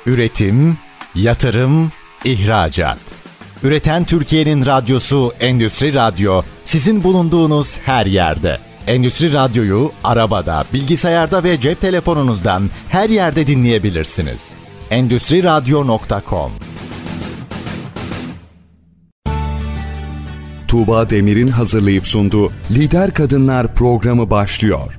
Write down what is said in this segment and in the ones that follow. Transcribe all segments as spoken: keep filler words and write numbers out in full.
Üretim, yatırım, ihracat. Üreten Türkiye'nin radyosu Endüstri Radyo, sizin bulunduğunuz her yerde. Endüstri Radyo'yu arabada, bilgisayarda ve cep telefonunuzdan her yerde dinleyebilirsiniz. endüstri radyo nokta com. Tuğba Demir'in hazırlayıp sunduğu Lider Kadınlar programı başlıyor.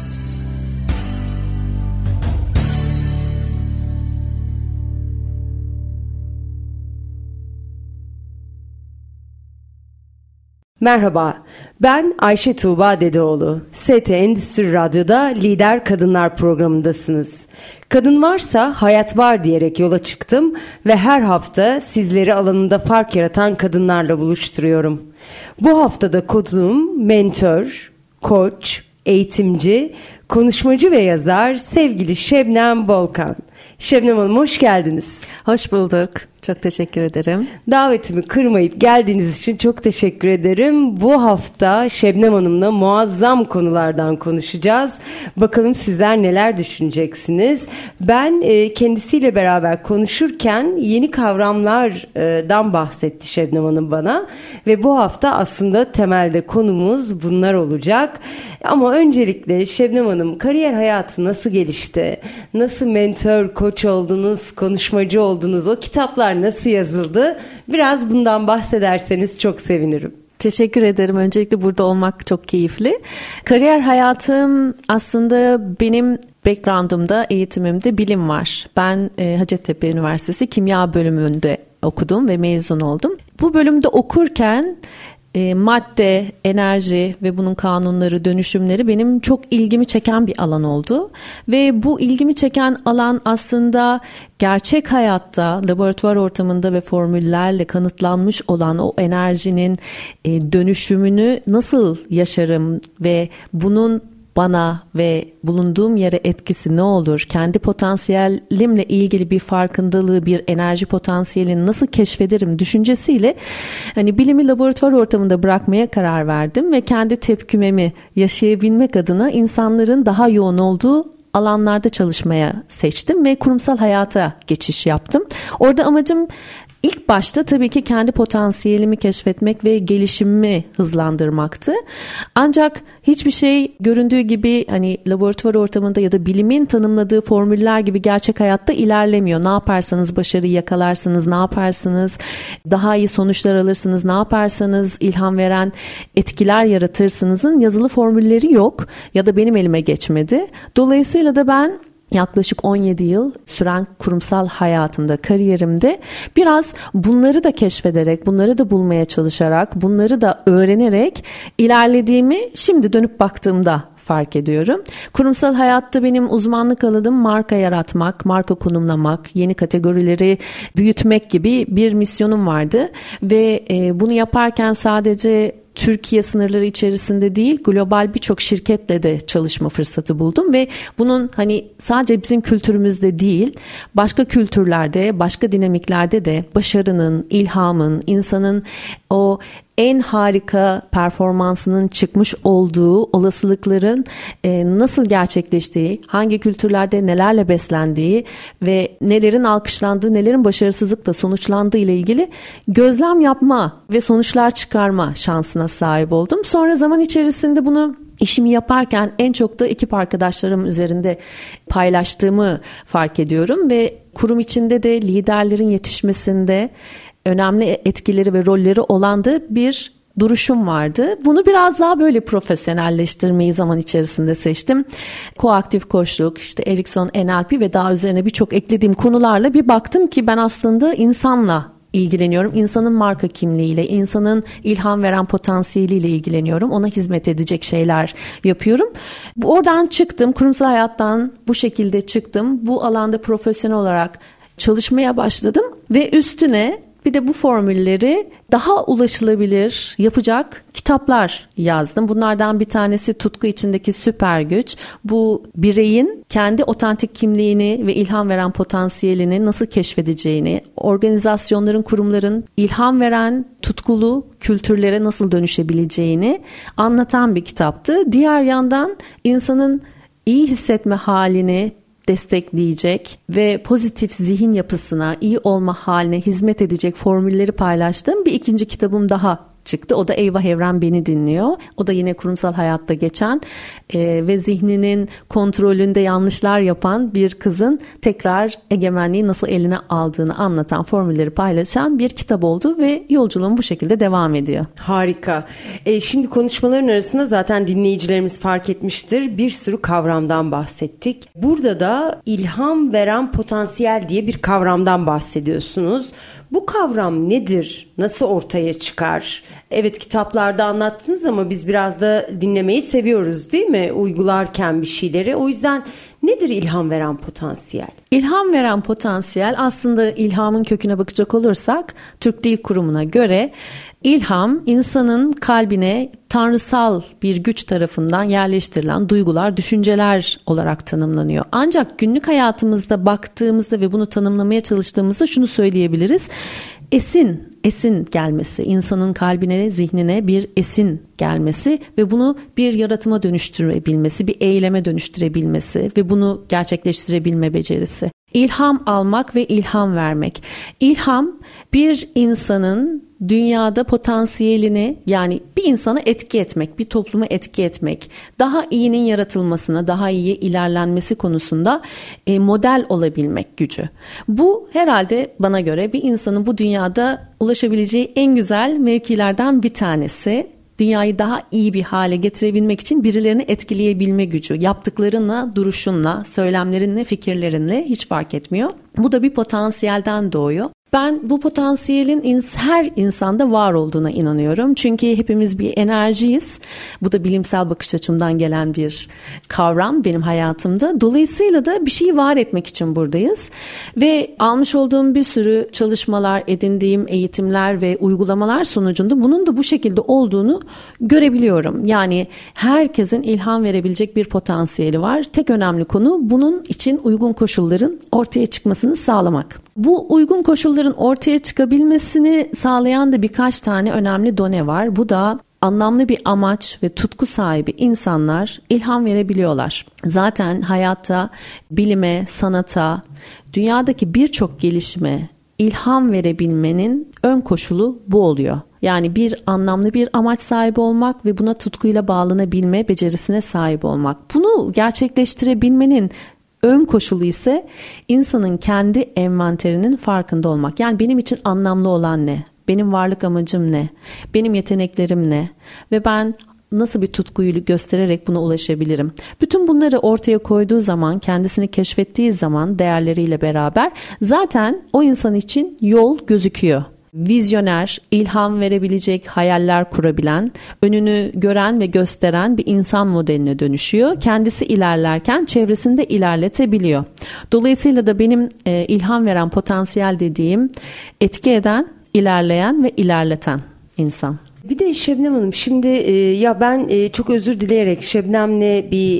Merhaba, ben Ayşe Tuğba Dedeoğlu. S T Endüstri Radyo'da Lider Kadınlar programındasınız. Kadın varsa hayat var diyerek yola çıktım ve her hafta sizleri alanında fark yaratan kadınlarla buluşturuyorum. Bu haftada konuğum mentor, koç, eğitimci, konuşmacı ve yazar sevgili Şebnem Bolkan. Şebnem Hanım, hoş geldiniz. Hoş bulduk. Çok teşekkür ederim. Davetimi kırmayıp geldiğiniz için çok teşekkür ederim. Bu hafta Şebnem Hanım'la muazzam konulardan konuşacağız. Bakalım sizler neler düşüneceksiniz. Ben e, kendisiyle beraber konuşurken yeni kavramlardan bahsetti Şebnem Hanım bana. Ve bu hafta aslında temelde konumuz bunlar olacak. Ama öncelikle Şebnem Hanım, kariyer hayatı nasıl gelişti? Nasıl mentor, koç oldunuz, konuşmacı oldunuz? O kitaplar nasıl yazıldı? Biraz bundan bahsederseniz çok sevinirim. Teşekkür ederim. Öncelikle burada olmak çok keyifli. Kariyer hayatım aslında benim background'ımda, eğitimimde bilim var. Ben e, Hacettepe Üniversitesi Kimya bölümünde okudum ve mezun oldum. Bu bölümde okurken E, madde, enerji ve bunun kanunları, dönüşümleri benim çok ilgimi çeken bir alan oldu. Ve bu ilgimi çeken alan aslında gerçek hayatta, laboratuvar ortamında ve formüllerle kanıtlanmış olan o enerjinin e, dönüşümünü nasıl yaşarım ve bunun bana ve bulunduğum yere etkisi ne olur? Kendi potansiyelimle ilgili bir farkındalığı, bir enerji potansiyelini nasıl keşfederim düşüncesiyle hani bilimi laboratuvar ortamında bırakmaya karar verdim ve kendi tepkimemi yaşayabilmek adına insanların daha yoğun olduğu alanlarda çalışmaya seçtim ve kurumsal hayata geçiş yaptım. Orada amacım İlk başta tabii ki kendi potansiyelimi keşfetmek ve gelişimimi hızlandırmaktı. Ancak hiçbir şey göründüğü gibi hani laboratuvar ortamında ya da bilimin tanımladığı formüller gibi gerçek hayatta ilerlemiyor. Ne yaparsanız başarıyı yakalarsınız, ne yaparsınız daha iyi sonuçlar alırsınız, ne yaparsanız ilham veren etkiler yaratırsınızın yazılı formülleri yok ya da benim elime geçmedi. Dolayısıyla da ben yaklaşık on yedi yıl süren kurumsal hayatımda, kariyerimde biraz bunları da keşfederek, bunları da bulmaya çalışarak, bunları da öğrenerek ilerlediğimi şimdi dönüp baktığımda fark ediyorum. Kurumsal hayatta benim uzmanlık alanım marka yaratmak, marka konumlamak, yeni kategorileri büyütmek gibi bir misyonum vardı ve e, bunu yaparken sadece Türkiye sınırları içerisinde değil, global birçok şirketle de çalışma fırsatı buldum ve bunun hani sadece bizim kültürümüzde değil, başka kültürlerde, başka dinamiklerde de başarının, ilhamın, insanın o en harika performansının çıkmış olduğu olasılıkların e, nasıl gerçekleştiği, hangi kültürlerde nelerle beslendiği ve nelerin alkışlandığı, nelerin başarısızlıkla sonuçlandığı ile ilgili gözlem yapma ve sonuçlar çıkarma şansına sahip oldum. Sonra zaman içerisinde bunu İşimi yaparken en çok da ekip arkadaşlarım üzerinde paylaştığımı fark ediyorum ve kurum içinde de liderlerin yetişmesinde önemli etkileri ve rolleri olan da bir duruşum vardı. Bunu biraz daha böyle profesyonelleştirmeyi zaman içerisinde seçtim. Koaktif koçluk, işte Erikson, N L P ve daha üzerine birçok eklediğim konularla bir baktım ki ben aslında insanla ilgileniyorum. İnsanın marka kimliğiyle, insanın ilham veren potansiyeliyle ilgileniyorum. Ona hizmet edecek şeyler yapıyorum. Oradan çıktım, kurumsal hayattan bu şekilde çıktım. Bu alanda profesyonel olarak çalışmaya başladım ve üstüne bir de bu formülleri daha ulaşılabilir yapacak kitaplar yazdım. Bunlardan bir tanesi Tutku İçindeki Süper Güç. Bu bireyin kendi otantik kimliğini ve ilham veren potansiyelini nasıl keşfedeceğini, organizasyonların, kurumların ilham veren tutkulu kültürlere nasıl dönüşebileceğini anlatan bir kitaptı. Diğer yandan insanın iyi hissetme halini, destekleyecek ve pozitif zihin yapısına, iyi olma haline hizmet edecek formülleri paylaştığım bir ikinci kitabım daha çıktı. O da Eyvah Evren Beni Dinliyor. O da yine kurumsal hayatta geçen e, ve zihninin kontrolünde yanlışlar yapan bir kızın tekrar egemenliği nasıl eline aldığını anlatan, formülleri paylaşan bir kitap oldu ve yolculuğum bu şekilde devam ediyor. Harika. E, şimdi konuşmaların arasında zaten dinleyicilerimiz fark etmiştir. Bir sürü kavramdan bahsettik. Burada da ilham veren potansiyel diye bir kavramdan bahsediyorsunuz. Bu kavram nedir? Nasıl ortaya çıkar? Evet, kitaplarda anlattınız ama biz biraz da dinlemeyi seviyoruz değil mi? Uygularken bir şeyleri. O yüzden nedir ilham veren potansiyel? İlham veren potansiyel aslında ilhamın köküne bakacak olursak Türk Dil Kurumu'na göre ilham insanın kalbine tanrısal bir güç tarafından yerleştirilen duygular, düşünceler olarak tanımlanıyor. Ancak günlük hayatımızda baktığımızda ve bunu tanımlamaya çalıştığımızda şunu söyleyebiliriz. Esin, esin gelmesi, insanın kalbine, zihnine bir esin gelmesi ve bunu bir yaratıma dönüştürebilmesi, bir eyleme dönüştürebilmesi ve bunu gerçekleştirebilme becerisi. İlham almak ve ilham vermek. İlham bir insanın dünyada potansiyelini, yani bir insanı etki etmek, bir toplumu etki etmek, daha iyinin yaratılmasına, daha iyi ilerlenmesi konusunda e, model olabilmek gücü. Bu herhalde bana göre bir insanın bu dünyada ulaşabileceği en güzel mevkilerden bir tanesi. Dünyayı daha iyi bir hale getirebilmek için birilerini etkileyebilme gücü. Yaptıklarınla, duruşunla, söylemlerinle, fikirlerinle hiç fark etmiyor. Bu da bir potansiyelden doğuyor. Ben bu potansiyelin her insanda var olduğuna inanıyorum. Çünkü hepimiz bir enerjiyiz. Bu da bilimsel bakış açımdan gelen bir kavram benim hayatımda. Dolayısıyla da bir şeyi var etmek için buradayız. Ve almış olduğum bir sürü çalışmalar, edindiğim eğitimler ve uygulamalar sonucunda bunun da bu şekilde olduğunu görebiliyorum. Yani herkesin ilham verebilecek bir potansiyeli var. Tek önemli konu bunun için uygun koşulların ortaya çıkmasını sağlamak. Bu uygun koşulların ortaya çıkabilmesini sağlayan da birkaç tane önemli done var. Bu da anlamlı bir amaç ve tutku sahibi insanlar ilham verebiliyorlar. Zaten hayatta, bilime, sanata, dünyadaki birçok gelişime ilham verebilmenin ön koşulu bu oluyor. Yani bir anlamlı bir amaç sahibi olmak ve buna tutkuyla bağlanabilme becerisine sahip olmak. Bunu gerçekleştirebilmenin ön koşulu ise insanın kendi envanterinin farkında olmak. Yani benim için anlamlı olan ne? Benim varlık amacım ne? Benim yeteneklerim ne? Ve ben nasıl bir tutkuyu göstererek buna ulaşabilirim? Bütün bunları ortaya koyduğu zaman, kendisini keşfettiği zaman değerleriyle beraber zaten o insan için yol gözüküyor. Vizyoner, ilham verebilecek, hayaller kurabilen, önünü gören ve gösteren bir insan modeline dönüşüyor. Kendisi ilerlerken çevresini de ilerletebiliyor. Dolayısıyla da benim e, ilham veren potansiyel dediğim etki eden, ilerleyen ve ilerleten insan. Bir de Şebnem Hanım, şimdi e, ya ben e, çok özür dileyerek Şebnem'le bir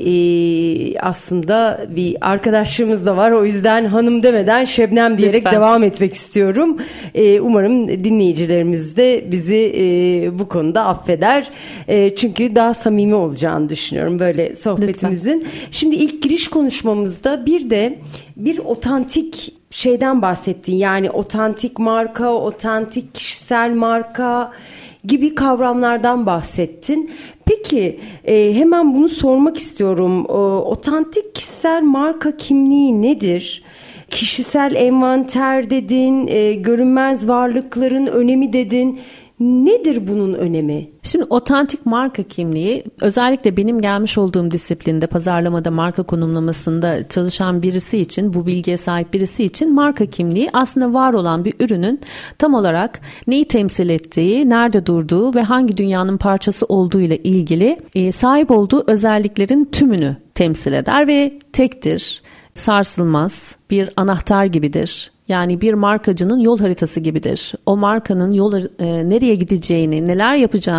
e, aslında bir arkadaşlığımız da var. O yüzden hanım demeden Şebnem diyerek Lütfen. devam etmek istiyorum. E, umarım dinleyicilerimiz de bizi e, bu konuda affeder. E, çünkü daha samimi olacağını düşünüyorum böyle sohbetimizin. Lütfen. Şimdi ilk giriş konuşmamızda bir de bir otantik şeyden bahsettin. Yani otantik marka, otantik kişisel marka gibi kavramlardan bahsettin. Peki e, hemen bunu sormak istiyorum. O, otantik kişisel marka kimliği nedir? Kişisel envanter dedin, e, görünmez varlıkların önemi dedin. Nedir bunun önemi? Şimdi otantik marka kimliği, özellikle benim gelmiş olduğum disiplinde, pazarlamada, marka konumlamasında çalışan birisi için, bu bilgiye sahip birisi için marka kimliği aslında var olan bir ürünün tam olarak neyi temsil ettiği, nerede durduğu ve hangi dünyanın parçası olduğu ile ilgili e, sahip olduğu özelliklerin tümünü temsil eder ve tektir, sarsılmaz, bir anahtar gibidir. Yani bir markacının yol haritası gibidir. O markanın yol e, nereye gideceğini, neler yapacağını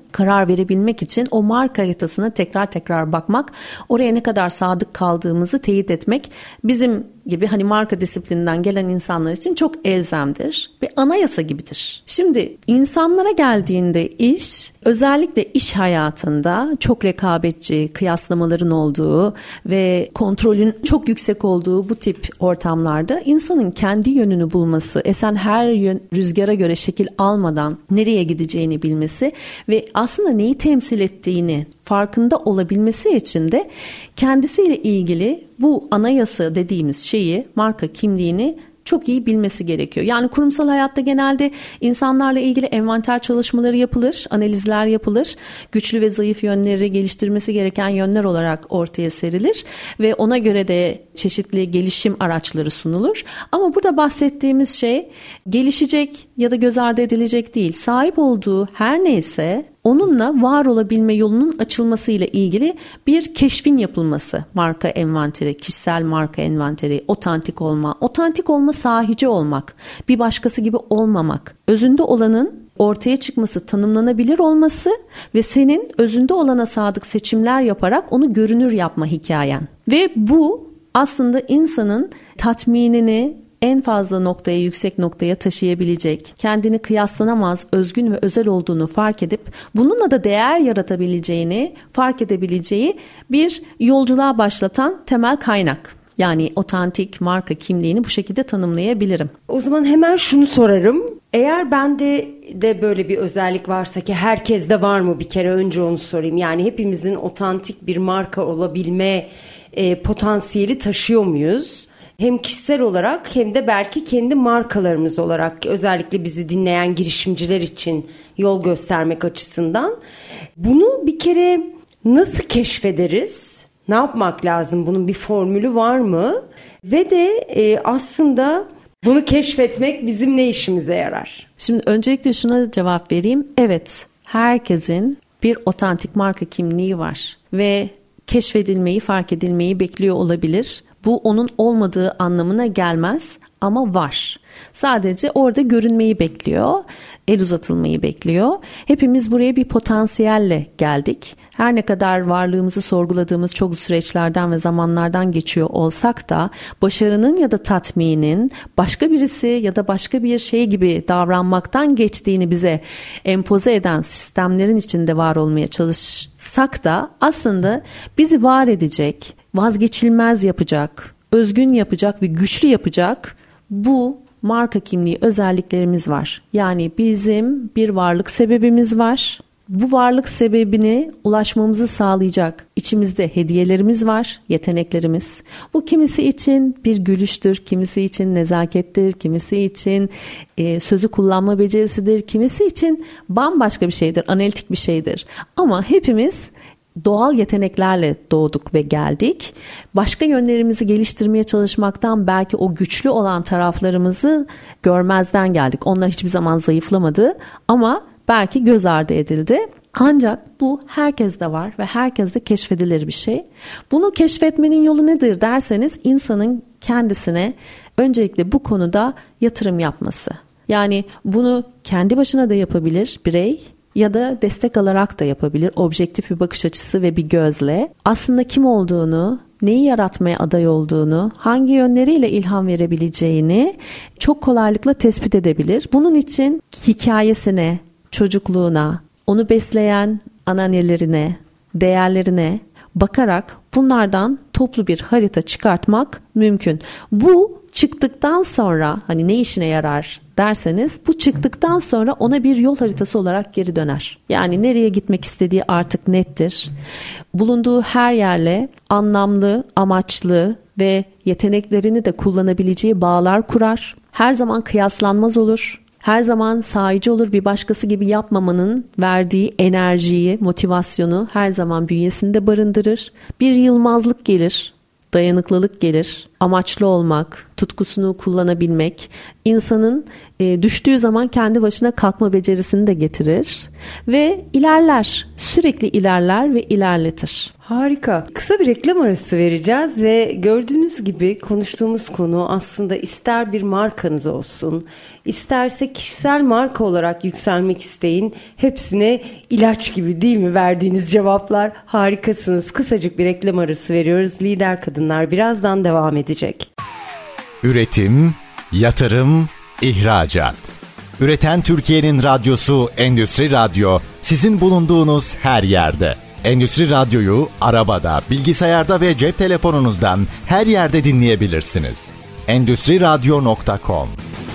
karar verebilmek için o marka haritasına tekrar tekrar bakmak, oraya ne kadar sadık kaldığımızı teyit etmek bizim gibi hani marka disiplininden gelen insanlar için çok elzemdir. Bir anayasa gibidir. Şimdi insanlara geldiğinde iş, özellikle iş hayatında çok rekabetçi, kıyaslamaların olduğu ve kontrolün çok yüksek olduğu bu tip ortamlarda insanın kendi yönünü bulması, esen her yön, rüzgara göre şekil almadan nereye gideceğini bilmesi ve aslında neyi temsil ettiğini farkında olabilmesi için de kendisiyle ilgili bu anayasa dediğimiz şeyi, marka kimliğini çok iyi bilmesi gerekiyor. Yani kurumsal hayatta genelde insanlarla ilgili envanter çalışmaları yapılır, analizler yapılır. Güçlü ve zayıf yönleri, geliştirmesi gereken yönler olarak ortaya serilir ve ona göre de çeşitli gelişim araçları sunulur. Ama burada bahsettiğimiz şey gelişecek ya da göz ardı edilecek değil. Sahip olduğu her neyse onunla var olabilme yolunun açılmasıyla ilgili bir keşfin yapılması. Marka envanteri, kişisel marka envanteri, otantik olma. Otantik olma sahici olmak, bir başkası gibi olmamak. Özünde olanın ortaya çıkması, tanımlanabilir olması ve senin özünde olana sadık seçimler yaparak onu görünür yapma hikayen. Ve bu aslında insanın tatminini en fazla noktaya, yüksek noktaya taşıyabilecek, kendini kıyaslanamaz, özgün ve özel olduğunu fark edip bununla da değer yaratabileceğini fark edebileceği bir yolculuğa başlatan temel kaynak. Yani otantik marka kimliğini bu şekilde tanımlayabilirim. O zaman hemen şunu sorarım. Eğer bende de böyle bir özellik varsa, ki herkeste var mı, bir kere önce onu sorayım. Yani hepimizin otantik bir marka olabilme e, potansiyeli taşıyor muyuz? Hem kişisel olarak hem de belki kendi markalarımız olarak, özellikle bizi dinleyen girişimciler için yol göstermek açısından. Bunu bir kere nasıl keşfederiz? Ne yapmak lazım? Bunun bir formülü var mı? Ve de e, aslında bunu keşfetmek bizim ne işimize yarar? Şimdi öncelikle şuna cevap vereyim. Evet, herkesin bir otantik marka kimliği var ve keşfedilmeyi, fark edilmeyi bekliyor olabilir. Bu onun olmadığı anlamına gelmez ama var. Sadece orada görünmeyi bekliyor, el uzatılmayı bekliyor. Hepimiz buraya bir potansiyelle geldik. Her ne kadar varlığımızı sorguladığımız çok süreçlerden ve zamanlardan geçiyor olsak da başarının ya da tatminin başka birisi ya da başka bir şey gibi davranmaktan geçtiğini bize empoze eden sistemlerin içinde var olmaya çalışsak da aslında bizi var edecek, vazgeçilmez yapacak, özgün yapacak ve güçlü yapacak bu marka kimliği özelliklerimiz var. Yani bizim bir varlık sebebimiz var. Bu varlık sebebine ulaşmamızı sağlayacak içimizde hediyelerimiz var, yeteneklerimiz. Bu kimisi için bir gülüştür, kimisi için nezakettir, kimisi için e, sözü kullanma becerisidir, kimisi için bambaşka bir şeydir, analitik bir şeydir. Ama hepimiz doğal yeteneklerle doğduk ve geldik. Başka yönlerimizi geliştirmeye çalışmaktan belki o güçlü olan taraflarımızı görmezden geldik. Onlar hiçbir zaman zayıflamadı ama belki göz ardı edildi. Ancak bu herkeste var ve herkeste keşfedilir bir şey. Bunu keşfetmenin yolu nedir derseniz, insanın kendisine öncelikle bu konuda yatırım yapması. Yani bunu kendi başına da yapabilir birey ya da destek alarak da yapabilir. Objektif bir bakış açısı ve bir gözle aslında kim olduğunu, neyi yaratmaya aday olduğunu, hangi yönleriyle ilham verebileceğini çok kolaylıkla tespit edebilir. Bunun için hikayesine, çocukluğuna, onu besleyen ananelerine, değerlerine bakarak bunlardan toplu bir harita çıkartmak mümkün. Bu çıktıktan sonra hani ne işine yarar derseniz, bu çıktıktan sonra ona bir yol haritası olarak geri döner. Yani nereye gitmek istediği artık nettir. Bulunduğu her yerle anlamlı, amaçlı ve yeteneklerini de kullanabileceği bağlar kurar. Her zaman kıyaslanmaz olur. Her zaman sahici olur, bir başkası gibi yapmamanın verdiği enerjiyi, motivasyonu her zaman bünyesinde barındırır. Bir yılmazlık gelir, dayanıklılık gelir. amaçlı olmak, tutkusunu kullanabilmek, insanın e, düştüğü zaman kendi başına kalkma becerisini de getirir ve ilerler, sürekli ilerler ve ilerletir. Harika. Kısa bir reklam arası vereceğiz ve gördüğünüz gibi konuştuğumuz konu aslında ister bir markanız olsun, isterse kişisel marka olarak yükselmek isteyin. Hepsine ilaç gibi değil mi verdiğiniz cevaplar? Harikasınız. Kısacık bir reklam arası veriyoruz. Lider Kadınlar birazdan devam edecek. Üretim, yatırım, ihracat. Üreten Türkiye'nin radyosu Endüstri Radyo sizin bulunduğunuz her yerde. Endüstri Radyo'yu arabada, bilgisayarda ve cep telefonunuzdan her yerde dinleyebilirsiniz. endüstri radyo nokta com.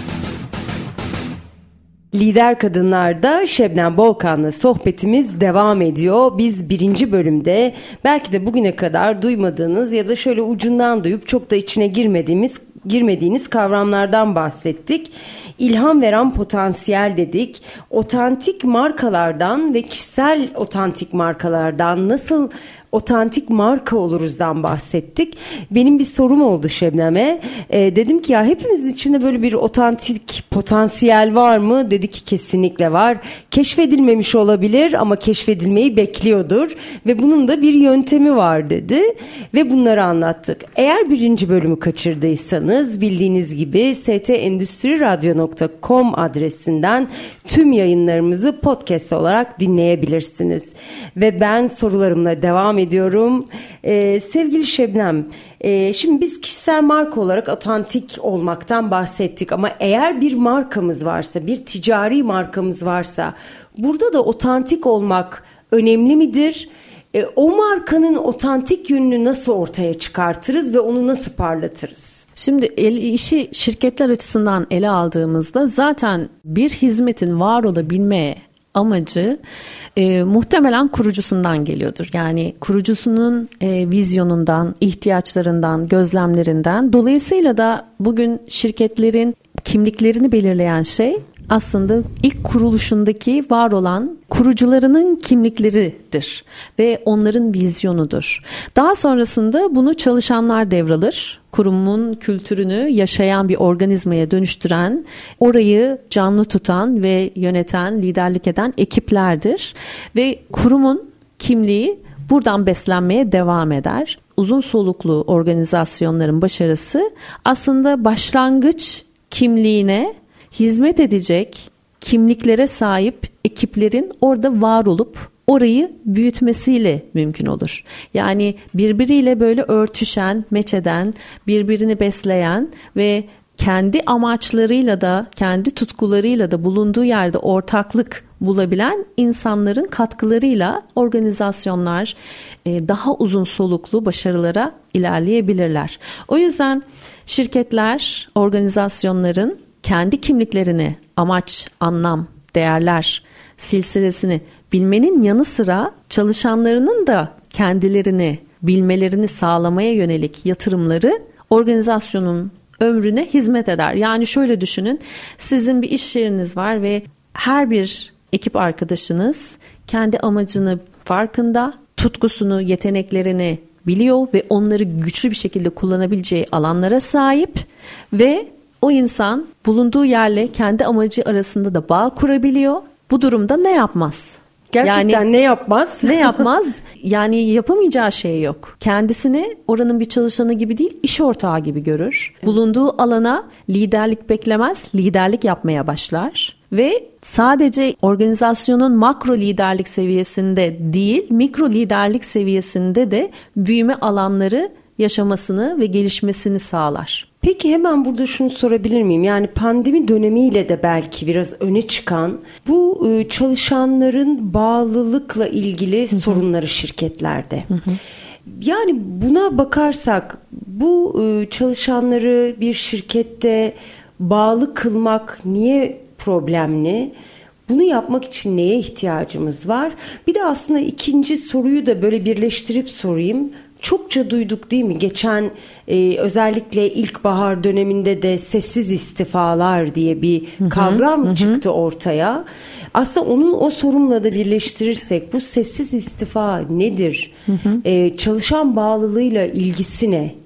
Lider Kadınlar'da Şebnem Bolkan'la sohbetimiz devam ediyor. Biz birinci bölümde belki de bugüne kadar duymadığınız ya da şöyle ucundan duyup çok da içine girmediğimiz girmediğiniz kavramlardan bahsettik. İlham veren potansiyel dedik. Otantik markalardan ve kişisel otantik markalardan nasıl otantik marka oluruzdan bahsettik. Benim bir sorum oldu Şebnem'e. E, dedim ki ya hepimizin içinde böyle bir otantik potansiyel var mı? Dedi ki kesinlikle var. Keşfedilmemiş olabilir ama keşfedilmeyi bekliyordur. Ve bunun da bir yöntemi var dedi. Ve bunları anlattık. Eğer birinci bölümü kaçırdıysanız bildiğiniz gibi s t endüstri radyo nokta com adresinden tüm yayınlarımızı podcast olarak dinleyebilirsiniz. Ve ben sorularımla devam ediyorum. Ee, sevgili Şebnem, e, şimdi biz kişisel marka olarak otantik olmaktan bahsettik ama eğer bir markamız varsa, bir ticari markamız varsa burada da otantik olmak önemli midir? E, o markanın otantik yönünü nasıl ortaya çıkartırız ve onu nasıl parlatırız? Şimdi el, işi şirketler açısından ele aldığımızda zaten bir hizmetin var olabilme amacı e, muhtemelen kurucusundan geliyordur. Yani kurucusunun e, vizyonundan, ihtiyaçlarından, gözlemlerinden. Dolayısıyla da bugün şirketlerin kimliklerini belirleyen şey aslında ilk kuruluşundaki var olan kurucularının kimlikleridir ve onların vizyonudur. Daha sonrasında bunu çalışanlar devralır. Kurumun kültürünü yaşayan bir organizmaya dönüştüren, orayı canlı tutan ve yöneten, liderlik eden ekiplerdir. Ve kurumun kimliği buradan beslenmeye devam eder. Uzun soluklu organizasyonların başarısı aslında başlangıç kimliğine hizmet edecek kimliklere sahip ekiplerin orada var olup orayı büyütmesiyle mümkün olur. Yani birbiriyle böyle örtüşen, meç eden, birbirini besleyen ve kendi amaçlarıyla da, kendi tutkularıyla da bulunduğu yerde ortaklık bulabilen insanların katkılarıyla organizasyonlar daha uzun soluklu başarılara ilerleyebilirler. O yüzden şirketler, organizasyonların kendi kimliklerini, amaç, anlam, değerler silsilesini bilmenin yanı sıra çalışanlarının da kendilerini bilmelerini sağlamaya yönelik yatırımları organizasyonun ömrüne hizmet eder. Yani şöyle düşünün, sizin bir iş yeriniz var ve her bir ekip arkadaşınız kendi amacını farkında, tutkusunu, yeteneklerini biliyor ve onları güçlü bir şekilde kullanabileceği alanlara sahip ve o insan bulunduğu yerle kendi amacı arasında da bağ kurabiliyor. Bu durumda ne yapmaz? Gerçekten yani, ne yapmaz? Ne yapmaz? Yani yapamayacağı şey yok. Kendisini oranın bir çalışanı gibi değil, iş ortağı gibi görür. Evet. Bulunduğu alana liderlik beklemez, liderlik yapmaya başlar. Ve sadece organizasyonun makro liderlik seviyesinde değil, mikro liderlik seviyesinde de büyüme alanları yaşamasını ve gelişmesini sağlar. Peki hemen burada şunu sorabilir miyim? Yani pandemi dönemiyle de belki biraz öne çıkan bu çalışanların bağlılıkla ilgili hı hı. sorunları şirketlerde. Hı hı. Yani buna bakarsak bu çalışanları bir şirkette bağlı kılmak niye problemli? Bunu yapmak için neye ihtiyacımız var? Bir de aslında ikinci soruyu da böyle birleştirip sorayım. Çokça duyduk değil mi? Geçen e, özellikle ilkbahar döneminde de sessiz istifalar diye bir hı hı, kavram hı. çıktı ortaya. Aslında onun o sorumla da birleştirirsek bu sessiz istifa nedir? Hı hı. E, çalışan bağlılığıyla ilgisi ne?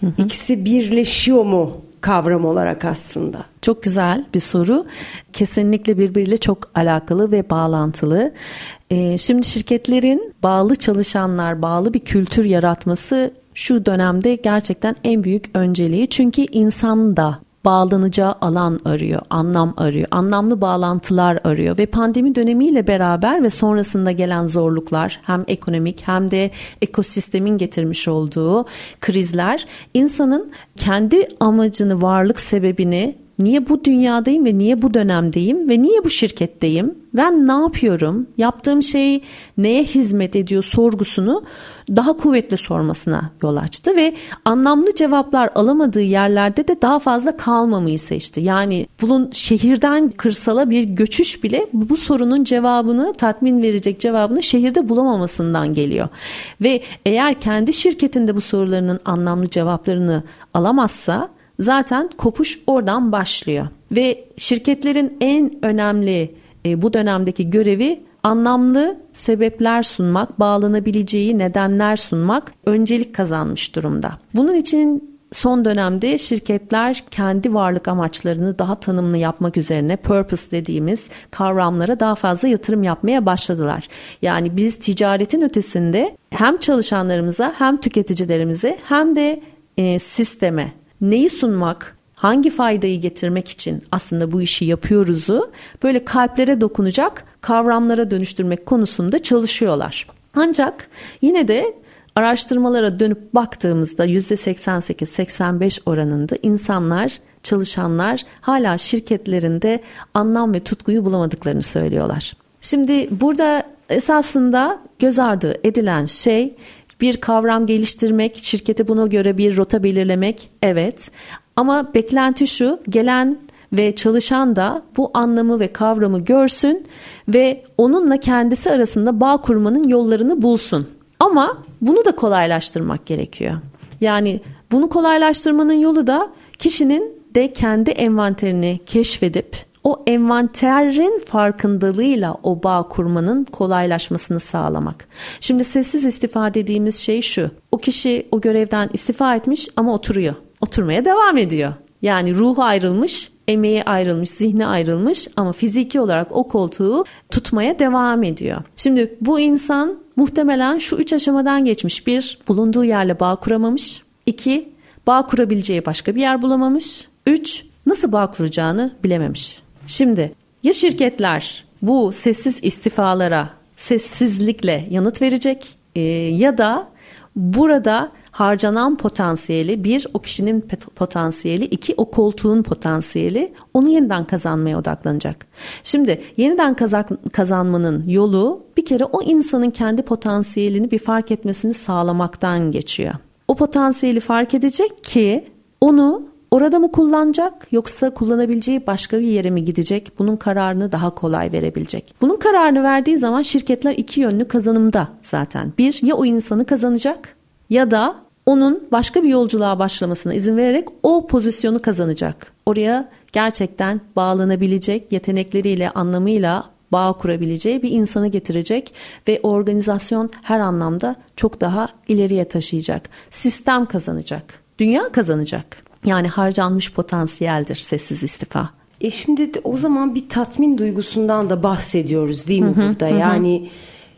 Hı hı. İkisi birleşiyor mu kavram olarak aslında? Çok güzel bir soru. Kesinlikle birbiriyle çok alakalı ve bağlantılı. Ee, şimdi şirketlerin bağlı çalışanlar, bağlı bir kültür yaratması şu dönemde gerçekten en büyük önceliği. Çünkü insan da bağlanacağı alan arıyor, anlam arıyor, anlamlı bağlantılar arıyor ve pandemi dönemiyle beraber ve sonrasında gelen zorluklar, hem ekonomik hem de ekosistemin getirmiş olduğu krizler, insanın kendi amacını, varlık sebebini, niye bu dünyadayım ve niye bu dönemdeyim ve niye bu şirketteyim, ben ne yapıyorum, yaptığım şey neye hizmet ediyor sorgusunu daha kuvvetli sormasına yol açtı ve anlamlı cevaplar alamadığı yerlerde de daha fazla kalmamayı seçti. Yani bunun şehirden kırsala bir göçüş bile bu sorunun cevabını, tatmin verecek cevabını şehirde bulamamasından geliyor. Ve eğer kendi şirketinde bu sorularının anlamlı cevaplarını alamazsa zaten kopuş oradan başlıyor. Ve şirketlerin en önemli e, bu dönemdeki görevi anlamlı sebepler sunmak, bağlanabileceği nedenler sunmak öncelik kazanmış durumda. Bunun için son dönemde şirketler kendi varlık amaçlarını daha tanımlı yapmak üzerine purpose dediğimiz kavramlara daha fazla yatırım yapmaya başladılar. Yani biz ticaretin ötesinde hem çalışanlarımıza hem tüketicilerimize hem de e, sisteme neyi sunmak, hangi faydayı getirmek için aslında bu işi yapıyoruzu böyle kalplere dokunacak kavramlara dönüştürmek konusunda çalışıyorlar. Ancak yine de araştırmalara dönüp baktığımızda yüzde seksen sekiz seksen beş oranında insanlar, çalışanlar hala şirketlerinde anlam ve tutkuyu bulamadıklarını söylüyorlar. Şimdi burada esasında göz ardı edilen şey bir kavram geliştirmek, şirkete buna göre bir rota belirlemek, evet. Ama beklenti şu, gelen ve çalışan da bu anlamı ve kavramı görsün ve onunla kendisi arasında bağ kurmanın yollarını bulsun. Ama bunu da kolaylaştırmak gerekiyor. Yani bunu kolaylaştırmanın yolu da kişinin de kendi envanterini keşfedip o envanterin farkındalığıyla o bağ kurmanın kolaylaşmasını sağlamak. Şimdi sessiz istifa dediğimiz şey şu. O kişi o görevden istifa etmiş ama oturuyor. Oturmaya devam ediyor. Yani ruhu ayrılmış, emeği ayrılmış, zihni ayrılmış ama fiziki olarak o koltuğu tutmaya devam ediyor. Şimdi bu insan muhtemelen şu üç aşamadan geçmiş. Bir, bulunduğu yerle bağ kuramamış. İki, bağ kurabileceği başka bir yer bulamamış. Üç, nasıl bağ kuracağını bilememiş. Şimdi ya şirketler bu sessiz istifalara sessizlikle yanıt verecek e, ya da burada harcanan potansiyeli, bir o kişinin potansiyeli, iki o koltuğun potansiyeli, onu yeniden kazanmaya odaklanacak. Şimdi yeniden kazan, kazanmanın yolu bir kere o insanın kendi potansiyelini bir fark etmesini sağlamaktan geçiyor. O potansiyeli fark edecek ki onu orada mı kullanacak yoksa kullanabileceği başka bir yere mi gidecek? Bunun kararını daha kolay verebilecek. Bunun kararını verdiği zaman şirketler iki yönlü kazanımda zaten. Bir, ya o insanı kazanacak ya da onun başka bir yolculuğa başlamasına izin vererek o pozisyonu kazanacak. Oraya gerçekten bağlanabilecek, yetenekleriyle, anlamıyla bağ kurabileceği bir insanı getirecek ve organizasyon her anlamda çok daha ileriye taşıyacak. Sistem kazanacak, dünya kazanacak. Yani harcanmış potansiyeldir sessiz istifa. E şimdi de o zaman bir tatmin duygusundan da bahsediyoruz değil mi hı hı, burada? Hı. Yani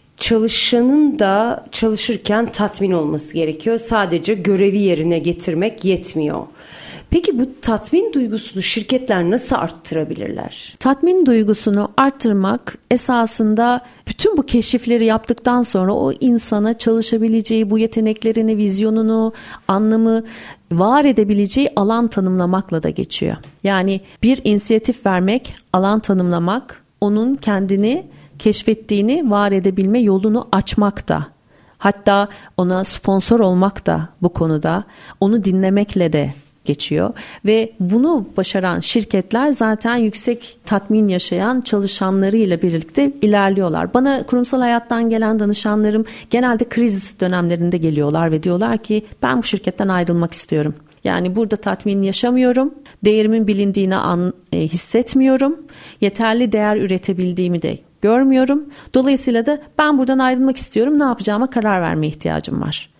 çalışanın da çalışırken tatmin olması gerekiyor. Sadece görevi yerine getirmek yetmiyor. Peki bu tatmin duygusunu şirketler nasıl arttırabilirler? Tatmin duygusunu arttırmak esasında bütün bu keşifleri yaptıktan sonra o insana çalışabileceği, bu yeteneklerini, vizyonunu, anlamı var edebileceği alan tanımlamakla da geçiyor. Yani bir inisiyatif vermek, alan tanımlamak, onun kendini keşfettiğini var edebilme yolunu açmak da. Hatta ona sponsor olmak da bu konuda, onu dinlemekle de geçiyor ve bunu başaran şirketler zaten yüksek tatmin yaşayan çalışanlarıyla birlikte ilerliyorlar. Bana kurumsal hayattan gelen danışanlarım genelde kriz dönemlerinde geliyorlar ve diyorlar ki ben bu şirketten ayrılmak istiyorum. Yani burada tatmin yaşamıyorum, değerimin bilindiğini an, e, hissetmiyorum, yeterli değer üretebildiğimi de görmüyorum. Dolayısıyla da ben buradan ayrılmak istiyorum, ne yapacağıma karar vermeye ihtiyacım var.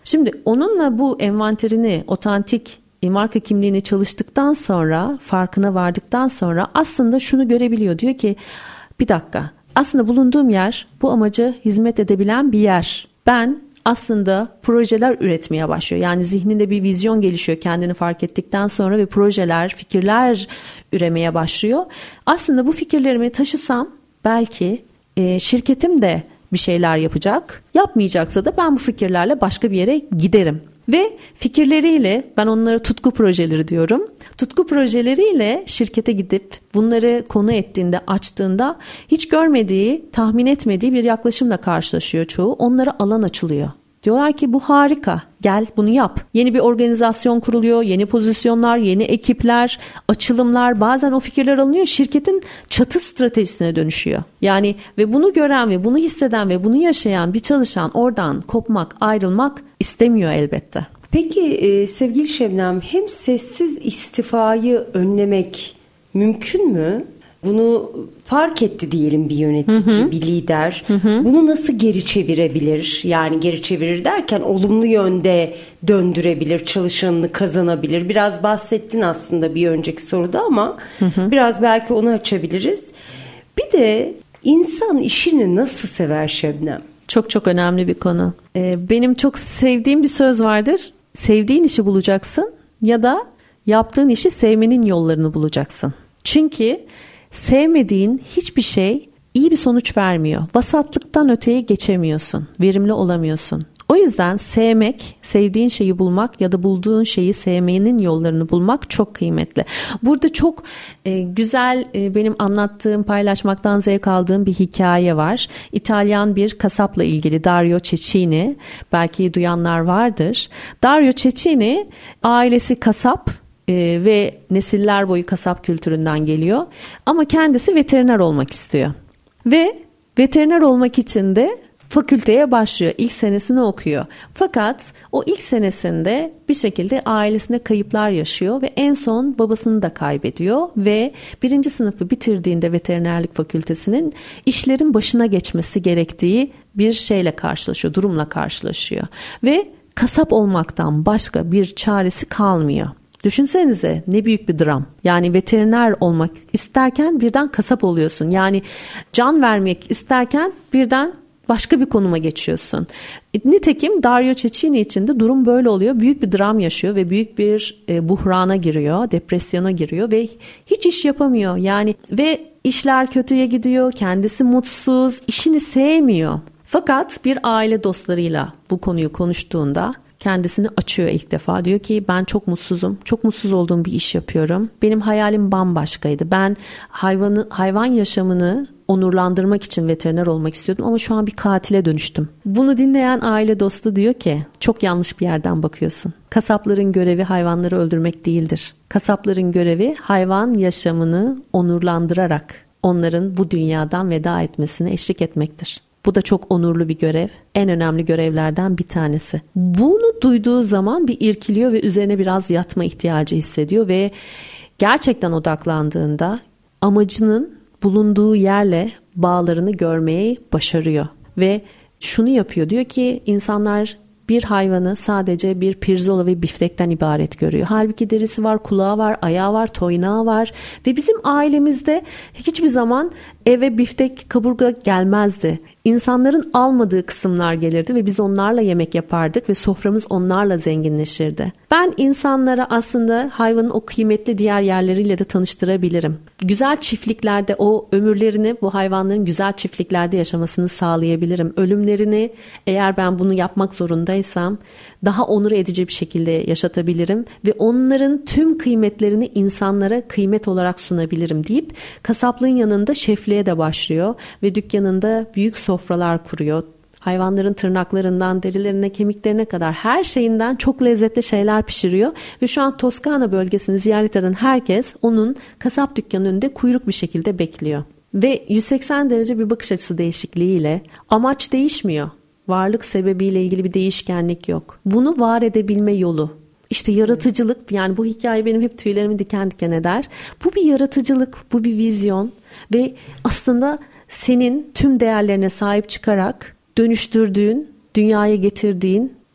Şimdi onunla bu envanterini, otantik marka kimliğini çalıştıktan sonra, farkına vardıktan sonra aslında şunu görebiliyor. Diyor ki bir dakika, aslında bulunduğum yer bu amaca hizmet edebilen bir yer. Ben aslında projeler üretmeye başlıyor. Yani zihninde bir vizyon gelişiyor kendini fark ettikten sonra ve projeler, fikirler üremeye başlıyor. Aslında bu fikirlerimi taşısam belki e, şirketim de bir şeyler yapacak. Yapmayacaksa da ben bu fikirlerle başka bir yere giderim. Ve fikirleriyle, ben onlara tutku projeleri diyorum. Tutku projeleriyle şirkete gidip bunları konu ettiğinde, açtığında hiç görmediği, tahmin etmediği bir yaklaşımla karşılaşıyor çoğu. Onlara alan açılıyor. Diyorlar ki bu harika, gel bunu yap. Yeni bir organizasyon kuruluyor, yeni pozisyonlar, yeni ekipler, açılımlar, bazen o fikirler alınıyor, şirketin çatı stratejisine dönüşüyor. Yani ve bunu gören ve bunu hisseden ve bunu yaşayan bir çalışan oradan kopmak, ayrılmak istemiyor elbette. Peki e, sevgili Şebnem, hem sessiz istifayı önlemek mümkün mü? Bunu fark etti diyelim bir yönetici, hı hı. bir lider. Hı hı. Bunu nasıl geri çevirebilir? Yani geri çevirir derken olumlu yönde döndürebilir, çalışanını kazanabilir. Biraz bahsettin aslında bir önceki soruda ama hı hı. biraz belki onu açabiliriz. Bir de insan işini nasıl sever Şebnem? Çok çok önemli bir konu. Ee, benim çok sevdiğim bir söz vardır. Sevdiğin işi bulacaksın ya da yaptığın işi sevmenin yollarını bulacaksın. Çünkü sevmediğin hiçbir şey iyi bir sonuç vermiyor. Vasatlıktan öteye geçemiyorsun. Verimli olamıyorsun. O yüzden sevmek, sevdiğin şeyi bulmak ya da bulduğun şeyi sevmenin yollarını bulmak çok kıymetli. Burada çok e, güzel e, benim anlattığım, paylaşmaktan zevk aldığım bir hikaye var. İtalyan bir kasapla ilgili, Dario Cecchini. Belki duyanlar vardır. Dario Cecchini ailesi kasap. Ee, ve nesiller boyu kasap kültüründen geliyor. Ama kendisi veteriner olmak istiyor. Ve veteriner olmak için de fakülteye başlıyor. İlk senesini okuyor. Fakat o ilk senesinde bir şekilde ailesinde kayıplar yaşıyor ve en son babasını da kaybediyor ve birinci sınıfı bitirdiğinde veterinerlik fakültesinin işlerin başına geçmesi gerektiği bir şeyle karşılaşıyor, durumla karşılaşıyor. Ve kasap olmaktan başka bir çaresi kalmıyor. Düşünsenize ne büyük bir dram. Yani veteriner olmak isterken birden kasap oluyorsun. Yani can vermek isterken birden başka bir konuma geçiyorsun. Nitekim Dario Cecchini için de durum böyle oluyor. Büyük bir dram yaşıyor ve büyük bir e, buhrana giriyor, depresyona giriyor ve hiç iş yapamıyor. Yani ve işler kötüye gidiyor, kendisi mutsuz, işini sevmiyor. Fakat bir aile dostlarıyla bu konuyu konuştuğunda kendisini açıyor ilk defa. Diyor ki ben çok mutsuzum. Çok mutsuz olduğum bir iş yapıyorum. Benim hayalim bambaşkaydı. Ben hayvanı, hayvan yaşamını onurlandırmak için veteriner olmak istiyordum ama şu an bir katile dönüştüm. Bunu dinleyen aile dostu diyor ki çok yanlış bir yerden bakıyorsun. Kasapların görevi hayvanları öldürmek değildir. Kasapların görevi hayvan yaşamını onurlandırarak onların bu dünyadan veda etmesine eşlik etmektir. Bu da çok onurlu bir görev. En önemli görevlerden bir tanesi. Bunu duyduğu zaman bir irkiliyor ve üzerine biraz yatma ihtiyacı hissediyor ve gerçekten odaklandığında amacının bulunduğu yerle bağlarını görmeyi başarıyor. Ve şunu yapıyor, diyor ki insanlar bir hayvanı sadece bir pirzola ve biftekten ibaret görüyor. Halbuki derisi var, kulağı var, ayağı var, toynağı var ve bizim ailemizde hiçbir zaman eve biftek, kaburga gelmezdi. İnsanların almadığı kısımlar gelirdi ve biz onlarla yemek yapardık ve soframız onlarla zenginleşirdi. Ben insanlara aslında hayvanın o kıymetli diğer yerleriyle de tanıştırabilirim. Güzel çiftliklerde o ömürlerini, bu hayvanların güzel çiftliklerde yaşamasını sağlayabilirim. Ölümlerini eğer ben bunu yapmak zorundaysam daha onur edici bir şekilde yaşatabilirim ve onların tüm kıymetlerini insanlara kıymet olarak sunabilirim deyip kasaplığın yanında şefliğe de başlıyor ve dükkanında büyük sofralar kuruyor. Hayvanların tırnaklarından derilerine, kemiklerine kadar her şeyinden çok lezzetli şeyler pişiriyor ve şu an Toskana bölgesini ziyaret eden herkes onun kasap dükkanının önünde kuyruk bir şekilde bekliyor. Ve yüz seksen derece bir bakış açısı değişikliğiyle amaç değişmiyor. Varlık sebebiyle ilgili bir değişkenlik yok. Bunu var edebilme yolu. İşte yaratıcılık, yani bu hikaye benim hep tüylerimi diken diken eder. Bu bir yaratıcılık, bu bir vizyon ve aslında senin tüm değerlerine sahip çıkarak dönüştürdüğün, dünyaya getirdiğin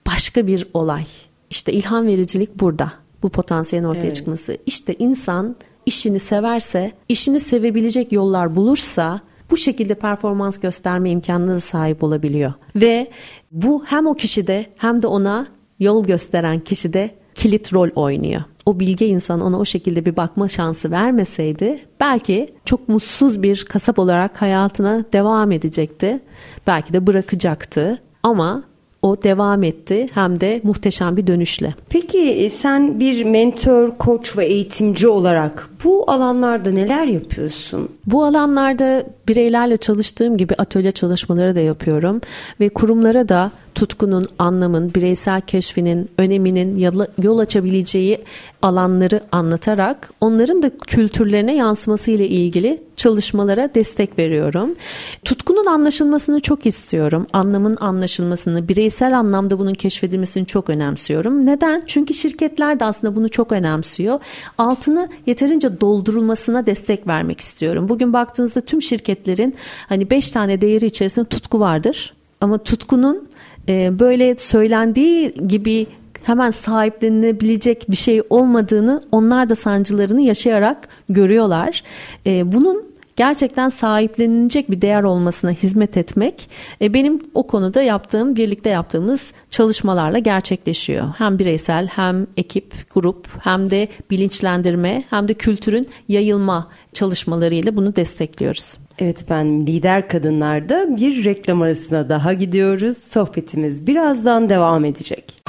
başka bir olay. İşte ilham vericilik burada. Bu potansiyelin ortaya evet. çıkması. İşte insan işini severse, işini sevebilecek yollar bulursa bu şekilde performans gösterme imkanına da sahip olabiliyor. Ve bu hem o kişide hem de ona yol gösteren kişide kilit rol oynuyor. O bilge insan ona o şekilde bir bakma şansı vermeseydi belki çok mutsuz bir kasap olarak hayatına devam edecekti. Belki de bırakacaktı ama o devam etti hem de muhteşem bir dönüşle. Peki sen bir mentor, koç ve eğitimci olarak bu alanlarda neler yapıyorsun? Bu alanlarda bireylerle çalıştığım gibi atölye çalışmaları da yapıyorum ve kurumlara da tutkunun, anlamın, bireysel keşfinin, öneminin yol açabileceği alanları anlatarak onların da kültürlerine yansıması ile ilgili çalışmalara destek veriyorum. Tutkunun anlaşılmasını çok istiyorum. Anlamın anlaşılmasını, bireysel anlamda bunun keşfedilmesini çok önemsiyorum. Neden? Çünkü şirketler de aslında bunu çok önemsiyor. Altını yeterince doldurulmasına destek vermek istiyorum. Bugün baktığınızda tüm şirketlerin hani beş tane değeri içerisinde tutku vardır. Ama tutkunun e, böyle söylendiği gibi hemen sahiplenilebilecek bir şey olmadığını onlar da sancılarını yaşayarak görüyorlar. E, bunun gerçekten sahiplenilecek bir değer olmasına hizmet etmek e, benim o konuda yaptığım, birlikte yaptığımız çalışmalarla gerçekleşiyor. Hem bireysel hem ekip, grup hem de bilinçlendirme hem de kültürün yayılma çalışmalarıyla bunu destekliyoruz. Evet efendim, Lider Kadınlar'da bir reklam arasına daha gidiyoruz. Sohbetimiz birazdan devam edecek.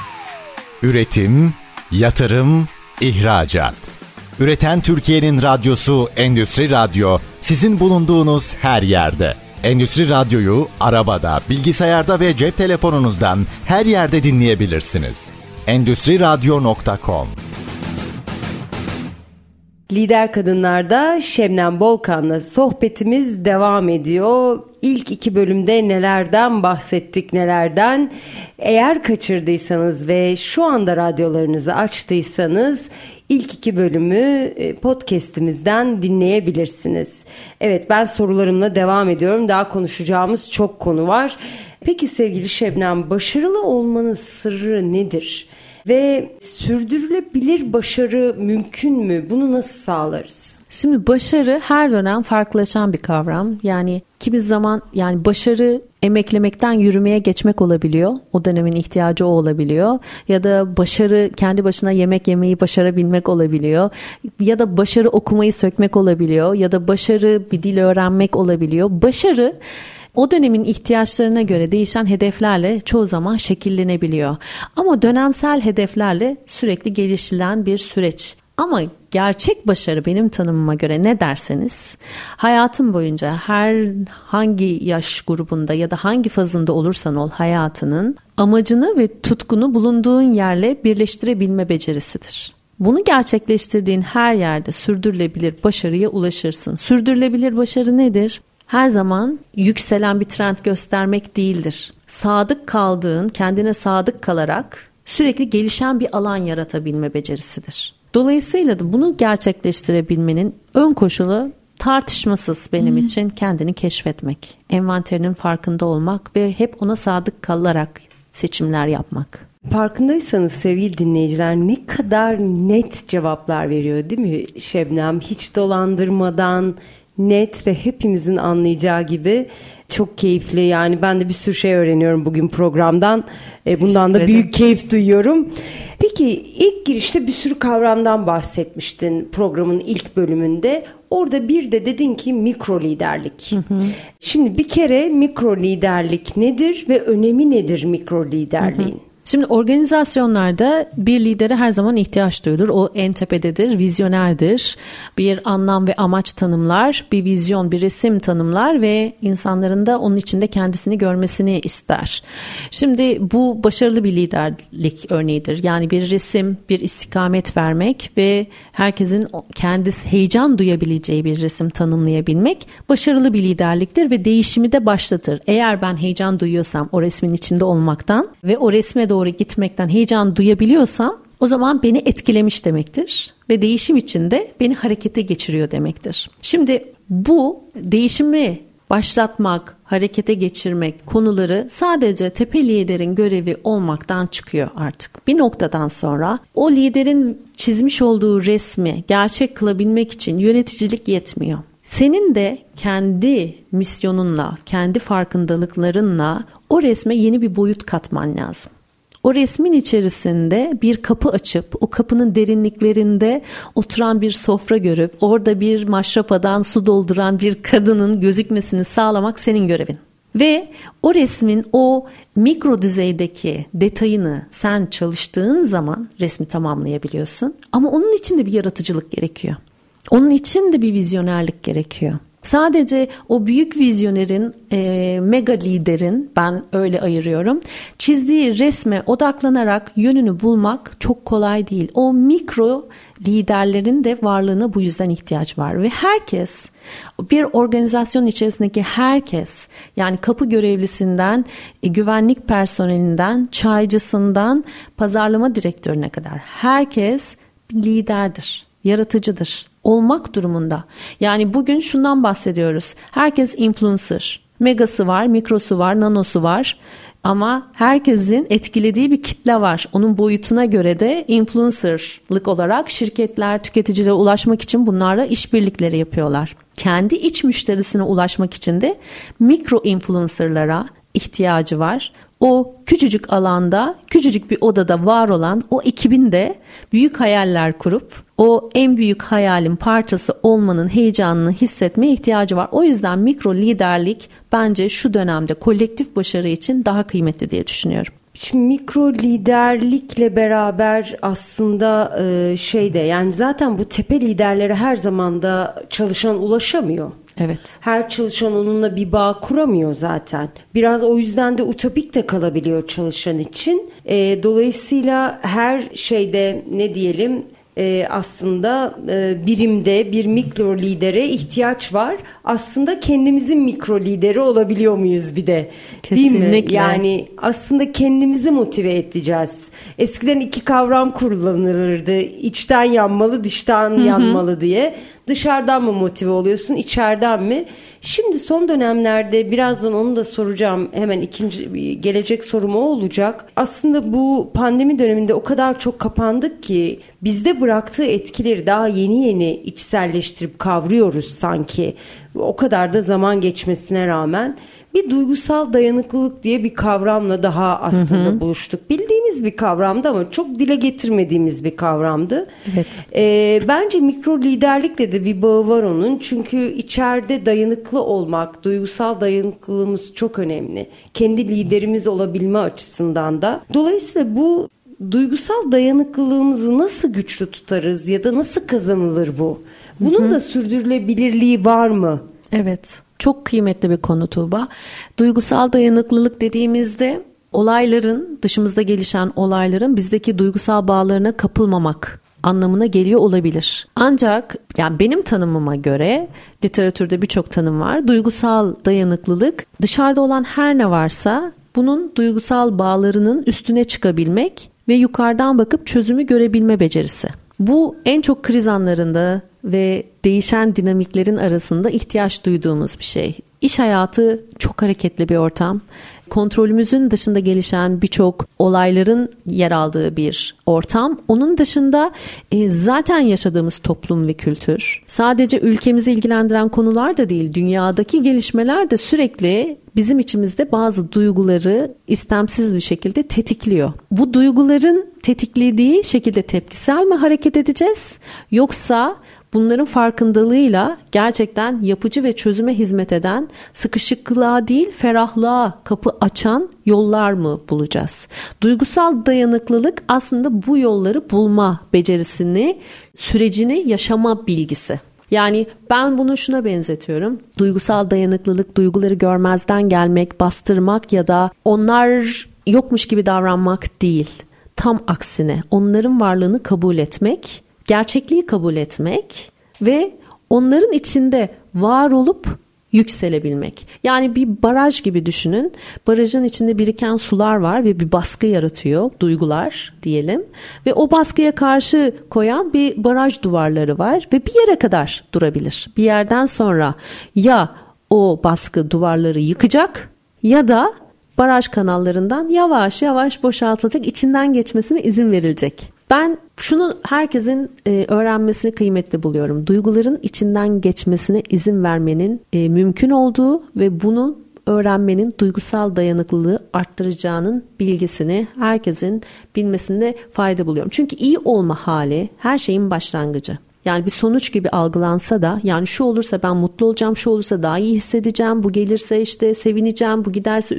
Üretim, yatırım, ihracat. Üreten Türkiye'nin radyosu Endüstri Radyo sizin bulunduğunuz her yerde. Endüstri Radyo'yu arabada, bilgisayarda ve cep telefonunuzdan her yerde dinleyebilirsiniz. endüstri radyo nokta com. Lider Kadınlar'da Şebnem Bolkan'la sohbetimiz devam ediyor. İlk iki bölümde nelerden bahsettik, nelerden. Eğer kaçırdıysanız ve şu anda radyolarınızı açtıysanız ilk iki bölümü podcast'imizden dinleyebilirsiniz. Evet, ben sorularımla devam ediyorum. Daha konuşacağımız çok konu var. Peki sevgili Şebnem, başarılı olmanın sırrı nedir? Ve sürdürülebilir başarı mümkün mü? Bunu nasıl sağlarız? Şimdi başarı her dönem farklılaşan bir kavram. Yani kimi zaman yani başarı emeklemekten yürümeye geçmek olabiliyor. O dönemin ihtiyacı o olabiliyor. Ya da başarı kendi başına yemek yemeyi başarabilmek olabiliyor. Ya da başarı okumayı sökmek olabiliyor. Ya da başarı bir dil öğrenmek olabiliyor. Başarı o dönemin ihtiyaçlarına göre değişen hedeflerle çoğu zaman şekillenebiliyor. Ama dönemsel hedeflerle sürekli geliştirilen bir süreç. Ama gerçek başarı benim tanımıma göre ne derseniz, hayatın boyunca her hangi yaş grubunda ya da hangi fazında olursan ol hayatının amacını ve tutkunu bulunduğun yerle birleştirebilme becerisidir. Bunu gerçekleştirdiğin her yerde sürdürülebilir başarıya ulaşırsın. Sürdürülebilir başarı nedir? Her zaman yükselen bir trend göstermek değildir. Sadık kaldığın, kendine sadık kalarak sürekli gelişen bir alan yaratabilme becerisidir. Dolayısıyla da bunu gerçekleştirebilmenin ön koşulu tartışmasız benim hmm. için kendini keşfetmek, envanterinin farkında olmak ve hep ona sadık kalarak seçimler yapmak. Farkındaysanız sevgili dinleyiciler, ne kadar net cevaplar veriyor değil mi Şebnem? Hiç dolandırmadan, net ve hepimizin anlayacağı gibi çok keyifli. Yani ben de bir sürü şey öğreniyorum bugün programdan. E, bundan da büyük keyif duyuyorum. Peki ilk girişte bir sürü kavramdan bahsetmiştin programın ilk bölümünde. Orada bir de dedin ki mikro liderlik. Hı hı. Şimdi bir kere mikro liderlik nedir ve önemi nedir mikro liderliğin? Hı hı. Şimdi organizasyonlarda bir lidere her zaman ihtiyaç duyulur. O en tepededir, vizyonerdir. Bir anlam ve amaç tanımlar, bir vizyon, bir resim tanımlar ve insanların da onun içinde kendisini görmesini ister. Şimdi bu başarılı bir liderlik örneğidir. Yani bir resim, bir istikamet vermek ve herkesin kendisi heyecan duyabileceği bir resim tanımlayabilmek başarılı bir liderliktir ve değişimi de başlatır. Eğer ben heyecan duyuyorsam o resmin içinde olmaktan ve o resme doğru gitmekten heyecan duyabiliyorsam o zaman beni etkilemiş demektir ve değişim içinde beni harekete geçiriyor demektir. Şimdi bu değişimi başlatmak, harekete geçirmek konuları sadece tepe liderin görevi olmaktan çıkıyor artık. Bir noktadan sonra o liderin çizmiş olduğu resmi gerçek kılabilmek için yöneticilik yetmiyor. Senin de kendi misyonunla, kendi farkındalıklarınla o resme yeni bir boyut katman lazım. O resmin içerisinde bir kapı açıp o kapının derinliklerinde oturan bir sofra görüp orada bir maşrapadan su dolduran bir kadının gözükmesini sağlamak senin görevin. Ve o resmin o mikro düzeydeki detayını sen çalıştığın zaman resmi tamamlayabiliyorsun. Ama onun için de bir yaratıcılık gerekiyor. Onun için de bir vizyonerlik gerekiyor. Sadece o büyük vizyonerin, e, mega liderin, ben öyle ayırıyorum, çizdiği resme odaklanarak yönünü bulmak çok kolay değil. O mikro liderlerin de varlığına bu yüzden ihtiyaç var ve herkes, bir organizasyon içerisindeki herkes, yani kapı görevlisinden, e, güvenlik personelinden, çaycısından, pazarlama direktörüne kadar herkes bir liderdir, yaratıcıdır. Olmak durumunda. Yani bugün şundan bahsediyoruz. Herkes influencer. Megası var, mikrosu var, nanosu var. Ama herkesin etkilediği bir kitle var. Onun boyutuna göre de influencerlık olarak şirketler tüketicilere ulaşmak için bunlarla işbirlikleri yapıyorlar. Kendi iç müşterisine ulaşmak için de mikro influencerlara ihtiyacı var. O küçücük alanda, küçücük bir odada var olan o ekibin de büyük hayaller kurup o en büyük hayalin parçası olmanın heyecanını hissetmeye ihtiyacı var. O yüzden mikro liderlik bence şu dönemde kolektif başarı için daha kıymetli diye düşünüyorum. Şimdi mikro liderlikle beraber aslında e, şeyde, yani zaten bu tepe liderlere her zaman da çalışan ulaşamıyor. Evet. Her çalışan onunla bir bağ kuramıyor zaten. Biraz o yüzden de utopik de kalabiliyor çalışan için. E, dolayısıyla her şeyde ne diyelim e, aslında e, birimde bir mikro lidere ihtiyaç var. Aslında kendimizin mikro lideri olabiliyor muyuz bir de? Kesinlikle. Değil mi? Yani aslında kendimizi motive edeceğiz. Eskiden iki kavram kullanılırdı. İçten yanmalı, dıştan Hı-hı. yanmalı diye. Dışarıdan mı motive oluyorsun, içeriden mi? Şimdi son dönemlerde, birazdan onu da soracağım. Hemen ikinci gelecek sorum o olacak. Aslında bu pandemi döneminde o kadar çok kapandık ki bizde bıraktığı etkileri daha yeni yeni içselleştirip kavruyoruz sanki. O kadar da zaman geçmesine rağmen bir duygusal dayanıklılık diye bir kavramla daha aslında hı hı. buluştuk. Bildiğimiz bir kavramdı ama çok dile getirmediğimiz bir kavramdı. Evet. Ee, bence mikro liderlikle de bir bağı var onun. Çünkü içeride dayanıklı olmak, duygusal dayanıklılığımız çok önemli. Kendi liderimiz olabilme açısından da. Dolayısıyla bu duygusal dayanıklılığımızı nasıl güçlü tutarız ya da nasıl kazanılır bu? Bunun hı hı. da sürdürülebilirliği var mı? Evet. Çok kıymetli bir konu Tuğba. Duygusal dayanıklılık dediğimizde olayların, dışımızda gelişen olayların bizdeki duygusal bağlarına kapılmamak anlamına geliyor olabilir. Ancak yani benim tanımıma göre, literatürde birçok tanım var. Duygusal dayanıklılık, dışarıda olan her ne varsa bunun duygusal bağlarının üstüne çıkabilmek ve yukarıdan bakıp çözümü görebilme becerisi. Bu en çok kriz anlarında ve değişen dinamiklerin arasında ihtiyaç duyduğumuz bir şey. İş hayatı çok hareketli bir ortam. Kontrolümüzün dışında gelişen birçok olayların yer aldığı bir ortam. Onun dışında e, zaten yaşadığımız toplum ve kültür. Sadece ülkemizi ilgilendiren konular da değil, dünyadaki gelişmeler de sürekli bizim içimizde bazı duyguları istemsiz bir şekilde tetikliyor. Bu duyguların tetiklediği şekilde tepkisel mi hareket edeceğiz? Yoksa bunların farkındalığıyla gerçekten yapıcı ve çözüme hizmet eden, sıkışıklığa değil ferahlığa kapı açan yollar mı bulacağız? Duygusal dayanıklılık aslında bu yolları bulma becerisini, sürecini yaşama bilgisi. Yani ben bunu şuna benzetiyorum. Duygusal dayanıklılık, duyguları görmezden gelmek, bastırmak ya da onlar yokmuş gibi davranmak değil. Tam aksine onların varlığını kabul etmek, gerçekliği kabul etmek ve onların içinde var olup yükselebilmek. Yani bir baraj gibi düşünün. Barajın içinde biriken sular var ve bir baskı yaratıyor, duygular diyelim. Ve o baskıya karşı koyan bir baraj duvarları var ve bir yere kadar durabilir. Bir yerden sonra ya o baskı duvarları yıkacak ya da baraj kanallarından yavaş yavaş boşaltılacak, içinden geçmesine izin verilecek. Ben şunu herkesin e, öğrenmesini kıymetli buluyorum. Duyguların içinden geçmesine izin vermenin e, mümkün olduğu ve bunu öğrenmenin duygusal dayanıklılığı arttıracağının bilgisini herkesin bilmesinde fayda buluyorum. Çünkü iyi olma hali her şeyin başlangıcı. Yani bir sonuç gibi algılansa da, yani şu olursa ben mutlu olacağım, şu olursa daha iyi hissedeceğim, bu gelirse işte sevineceğim, bu giderse...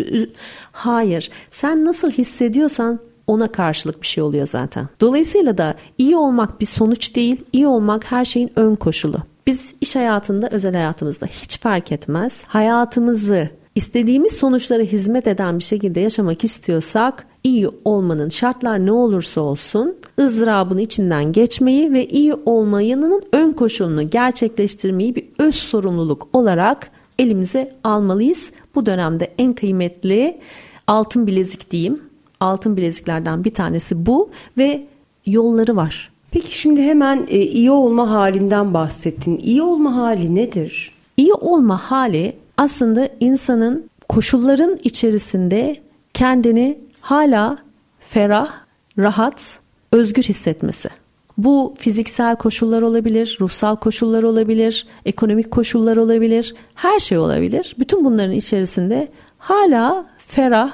Hayır, sen nasıl hissediyorsan ona karşılık bir şey oluyor zaten. Dolayısıyla da iyi olmak bir sonuç değil, iyi olmak her şeyin ön koşulu. Biz iş hayatında, özel hayatımızda hiç fark etmez. Hayatımızı istediğimiz sonuçlara hizmet eden bir şekilde yaşamak istiyorsak, iyi olmanın şartlar ne olursa olsun ızdırabın içinden geçmeyi ve iyi olmanın ön koşulunu gerçekleştirmeyi bir öz sorumluluk olarak elimize almalıyız. Bu dönemde en kıymetli altın bilezik diyeyim. Altın bileziklerden bir tanesi bu ve yolları var. Peki şimdi hemen e, iyi olma halinden bahsettin. İyi olma hali nedir? İyi olma hali aslında insanın koşulların içerisinde kendini hala ferah, rahat, özgür hissetmesi. Bu fiziksel koşullar olabilir, ruhsal koşullar olabilir, ekonomik koşullar olabilir, her şey olabilir. Bütün bunların içerisinde hala ferah,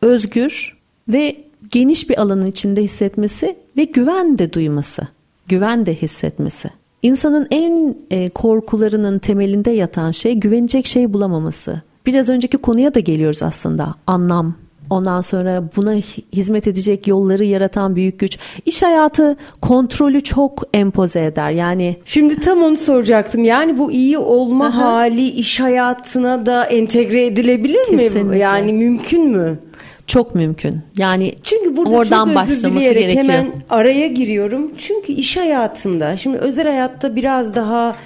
özgür ve geniş bir alanın içinde hissetmesi ve güven de duyması, güven de hissetmesi. İnsanın en e, korkularının temelinde yatan şey güvenecek şey bulamaması. Biraz önceki konuya da geliyoruz aslında. Anlam. Ondan sonra buna hizmet edecek yolları yaratan büyük güç. İş hayatı kontrolü çok empoze eder. Yani şimdi tam onu soracaktım. Yani bu iyi olma Aha. hali iş hayatına da entegre edilebilir Kesinlikle. mi? Yani mümkün mü? Çok mümkün. Yani çünkü burada oradan çok özür dileyerek hemen araya giriyorum. Çünkü iş hayatında, şimdi özel hayatta biraz daha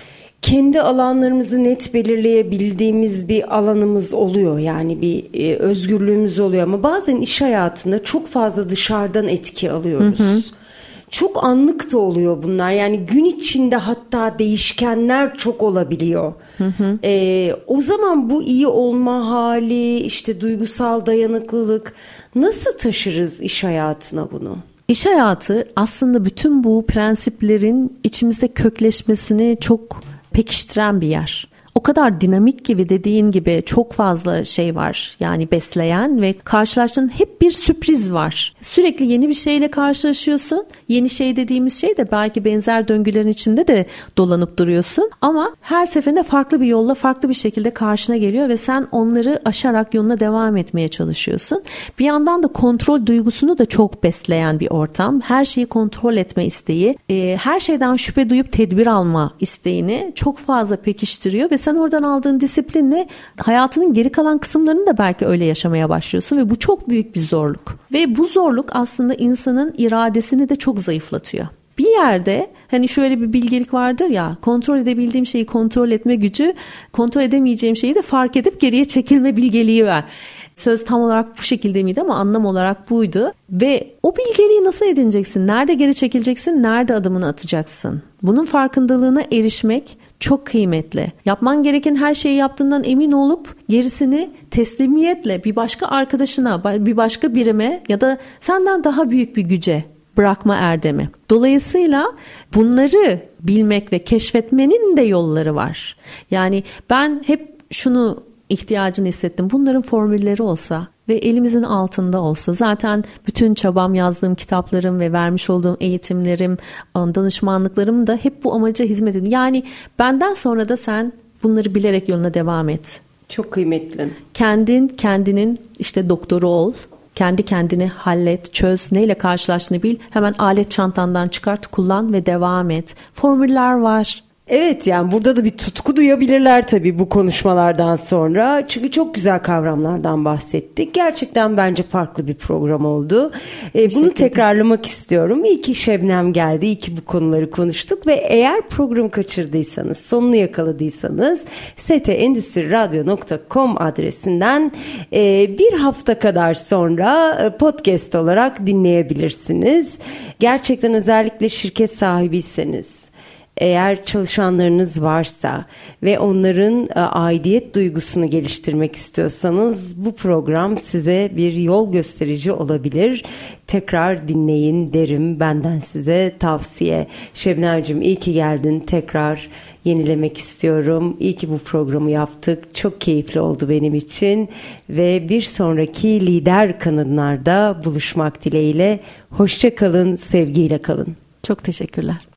kendi alanlarımızı net belirleyebildiğimiz bir alanımız oluyor. Yani bir e, özgürlüğümüz oluyor ama bazen iş hayatında çok fazla dışarıdan etki alıyoruz. Hı hı. Çok anlık da oluyor bunlar. Yani gün içinde hatta değişkenler çok olabiliyor. Hı hı. Ee, o zaman bu iyi olma hali, işte duygusal dayanıklılık, nasıl taşırız iş hayatına bunu? İş hayatı aslında bütün bu prensiplerin içimizde kökleşmesini çok pekiştiren bir yer. O kadar dinamik gibi, dediğin gibi çok fazla şey var yani besleyen ve karşılaştığın hep bir sürpriz var. Sürekli yeni bir şeyle karşılaşıyorsun. Yeni şey dediğimiz şey de belki benzer döngülerin içinde de dolanıp duruyorsun. Ama her seferinde farklı bir yolla, farklı bir şekilde karşına geliyor ve sen onları aşarak yoluna devam etmeye çalışıyorsun. Bir yandan da kontrol duygusunu da çok besleyen bir ortam. Her şeyi kontrol etme isteği, her şeyden şüphe duyup tedbir alma isteğini çok fazla pekiştiriyor ve sen oradan aldığın disiplinle hayatının geri kalan kısımlarını da belki öyle yaşamaya başlıyorsun ve bu çok büyük bir zorluk. Ve bu zorluk aslında insanın iradesini de çok zayıflatıyor. Bir yerde hani şöyle bir bilgelik vardır ya, kontrol edebildiğim şeyi kontrol etme gücü, kontrol edemeyeceğim şeyi de fark edip geriye çekilme bilgeliği var. Söz tam olarak bu şekilde miydi ama anlam olarak buydu. Ve o bilgeliği nasıl edineceksin? Nerede geri çekileceksin? Nerede adımını atacaksın? Bunun farkındalığına erişmek çok kıymetli. Yapman gereken her şeyi yaptığından emin olup gerisini teslimiyetle bir başka arkadaşına, bir başka birime ya da senden daha büyük bir güce bırakma erdemi. Dolayısıyla bunları bilmek ve keşfetmenin de yolları var. Yani ben hep şunu ihtiyacını hissettim. Bunların formülleri olsa ve elimizin altında olsa, zaten bütün çabam, yazdığım kitaplarım ve vermiş olduğum eğitimlerim, danışmanlıklarım da hep bu amaca hizmet ediyor. Yani benden sonra da sen bunları bilerek yoluna devam et. Çok kıymetli. Kendin kendinin işte doktoru ol. Kendi kendini hallet, çöz, neyle karşılaştığını bil. Hemen alet çantandan çıkart, kullan ve devam et. Formüller var. Evet, yani burada da bir tutku duyabilirler tabii bu konuşmalardan sonra. Çünkü çok güzel kavramlardan bahsettik. Gerçekten bence farklı bir program oldu. Ee, bunu tekrarlamak istiyorum. İyi ki Şebnem geldi, iyi ki bu konuları konuştuk ve eğer programı kaçırdıysanız, sonunu yakaladıysanız s t endüstri radyo nokta com adresinden e, bir hafta kadar sonra e, podcast olarak dinleyebilirsiniz. Gerçekten özellikle şirket sahibiyseniz, Eğer çalışanlarınız varsa ve onların aidiyet duygusunu geliştirmek istiyorsanız bu program size bir yol gösterici olabilir. Tekrar dinleyin derim, benden size tavsiye. Şebnemciğim, iyi ki geldin. Tekrar yenilemek istiyorum. İyi ki bu programı yaptık. Çok keyifli oldu benim için. Ve bir sonraki Lider Kadınlar'da buluşmak dileğiyle. Hoşça kalın, sevgiyle kalın. Çok teşekkürler.